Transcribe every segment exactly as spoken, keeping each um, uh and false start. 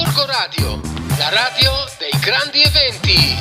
Gorgo Radio, la radio dei grandi eventi.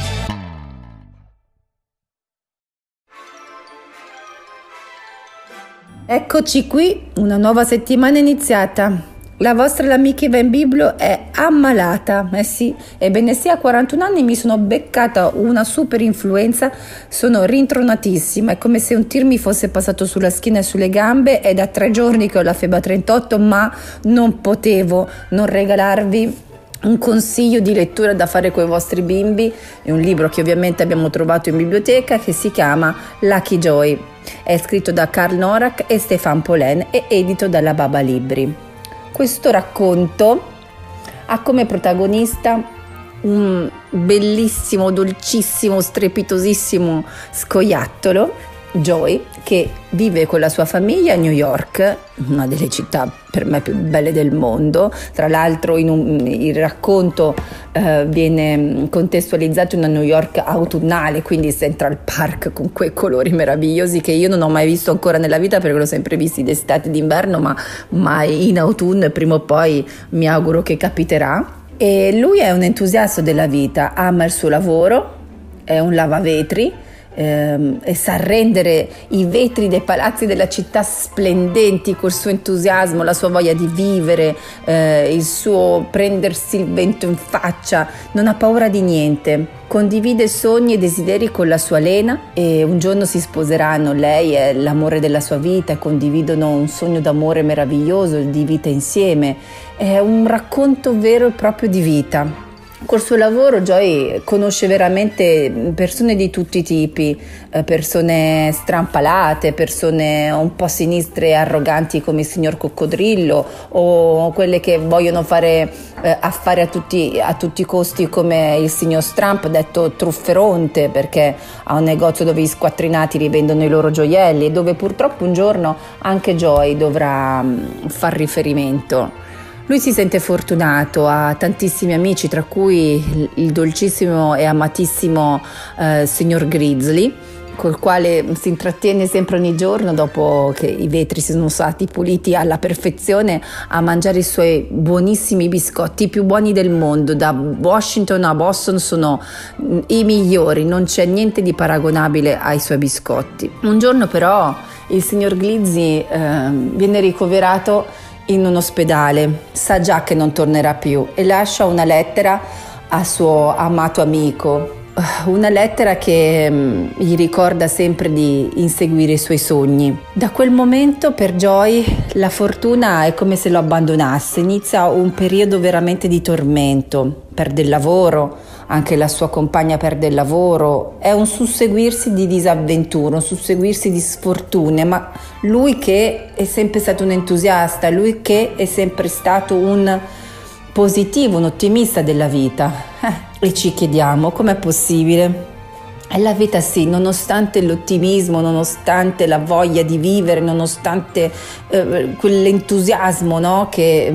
Eccoci qui, una nuova settimana iniziata. La vostra l'amica Eva in Biblio è ammalata, eh sì, ebbene sì, a quarantuno anni mi sono beccata una super influenza, sono rintronatissima, è come se un tir mi fosse passato sulla schiena e sulle gambe, è da tre giorni che ho la febbre a trentotto, ma non potevo non regalarvi un consiglio di lettura da fare con i vostri bimbi. È un libro che ovviamente abbiamo trovato in biblioteca, che si chiama Lucky Joy, è scritto da Carl Norak e Stefan Polen e edito dalla Baba Libri. Questo racconto ha come protagonista un bellissimo, dolcissimo, strepitosissimo scoiattolo, Joy, che vive con la sua famiglia a New York, una delle città per me più belle del mondo. Tra l'altro in un, il racconto eh, viene contestualizzato in una New York autunnale, quindi Central Park con quei colori meravigliosi che io non ho mai visto ancora nella vita, perché l'ho sempre visti d'estate e d'inverno, ma mai in autunno, e prima o poi mi auguro che capiterà. E lui è un entusiasta della vita, ama il suo lavoro, è un lavavetri, Ehm, e sa rendere i vetri dei palazzi della città splendenti col suo entusiasmo, la sua voglia di vivere, eh, il suo prendersi il vento in faccia, non ha paura di niente, condivide sogni e desideri con la sua Lena, e un giorno si sposeranno. Lei è l'amore della sua vita e condividono un sogno d'amore meraviglioso, di vita insieme. È un racconto vero e proprio di vita. Col suo lavoro Joy conosce veramente persone di tutti i tipi, persone strampalate, persone un po' sinistre e arroganti come il signor Coccodrillo, o quelle che vogliono fare eh, affari a tutti, a tutti i costi come il signor Trump, detto trufferonte, perché ha un negozio dove gli squattrinati rivendono i loro gioielli e dove purtroppo un giorno anche Joy dovrà mh, far riferimento. Lui si sente fortunato, ha tantissimi amici, tra cui il dolcissimo e amatissimo eh, signor Grizzly, col quale si intrattiene sempre ogni giorno, dopo che i vetri si sono stati puliti alla perfezione, a mangiare i suoi buonissimi biscotti, i più buoni del mondo. Da Washington a Boston sono i migliori, non c'è niente di paragonabile ai suoi biscotti. Un giorno però il signor Grizzly eh, viene ricoverato in un ospedale, sa già che non tornerà più e lascia una lettera a suo amato amico, una lettera che mh, gli ricorda sempre di inseguire i suoi sogni. Da quel momento per Joy la fortuna è come se lo abbandonasse, inizia un periodo veramente di tormento, perde il lavoro, anche la sua compagna perde il lavoro, è un susseguirsi di disavventure, un susseguirsi di sfortune, ma lui che è sempre stato un entusiasta, lui che è sempre stato un positivo, un ottimista della vita, eh, e ci chiediamo com'è possibile. E la vita sì, nonostante l'ottimismo, nonostante la voglia di vivere, nonostante eh, quell'entusiasmo, no, che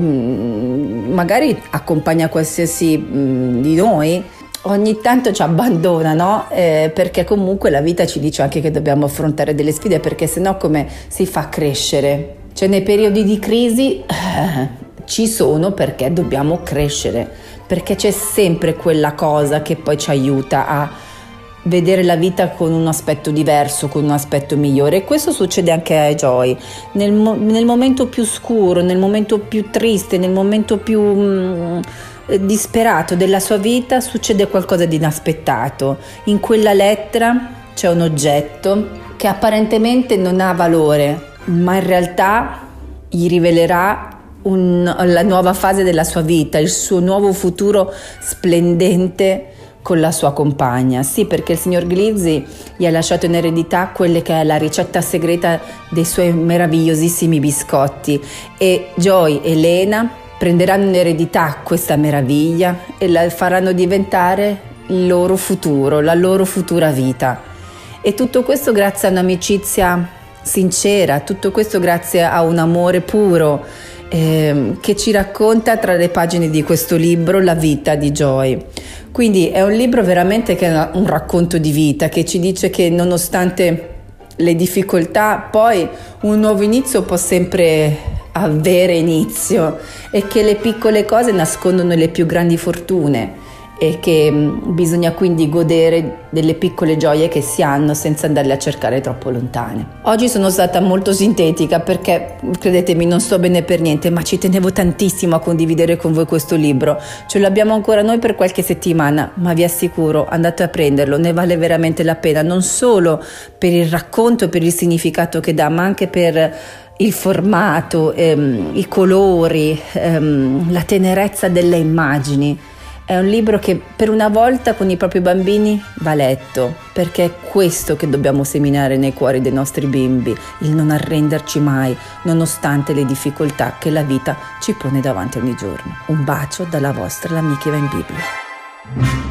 mh, magari accompagna qualsiasi mh, di noi, ogni tanto ci abbandona, no? Eh, perché comunque la vita ci dice anche che dobbiamo affrontare delle sfide, perché sennò come si fa a crescere? Cioè nei periodi di crisi eh, ci sono perché dobbiamo crescere, perché c'è sempre quella cosa che poi ci aiuta a vedere la vita con un aspetto diverso, con un aspetto migliore. E questo succede anche a Joy. Nel, mo- nel momento più scuro, nel momento più triste, nel momento più mh, disperato della sua vita, succede qualcosa di inaspettato. In quella lettera c'è un oggetto che apparentemente non ha valore, ma in realtà gli rivelerà un, la nuova fase della sua vita, il suo nuovo futuro splendente con la sua compagna. Sì, perché il signor Grizzly gli ha lasciato in eredità quelle che è la ricetta segreta dei suoi meravigliosissimi biscotti, e Joy e Lena prenderanno in eredità questa meraviglia e la faranno diventare il loro futuro, la loro futura vita. E tutto questo grazie a un'amicizia sincera, tutto questo grazie a un amore puro eh, che ci racconta tra le pagine di questo libro la vita di Joy. Quindi è un libro veramente che è un racconto di vita, che ci dice che nonostante le difficoltà poi un nuovo inizio può sempre avere inizio e che le piccole cose nascondono le più grandi fortune e che bisogna quindi godere delle piccole gioie che si hanno senza andarle a cercare troppo lontane. Oggi sono stata molto sintetica perché, credetemi, non sto bene per niente, ma ci tenevo tantissimo a condividere con voi questo libro. Ce l'abbiamo ancora noi per qualche settimana, ma vi assicuro, andate a prenderlo, ne vale veramente la pena, non solo per il racconto, per il significato che dà, ma anche per il formato, ehm, i colori, ehm, la tenerezza delle immagini. È un libro che per una volta con i propri bambini va letto, perché è questo che dobbiamo seminare nei cuori dei nostri bimbi, il non arrenderci mai, nonostante le difficoltà che la vita ci pone davanti ogni giorno. Un bacio dalla vostra La Michi va in Bibbia.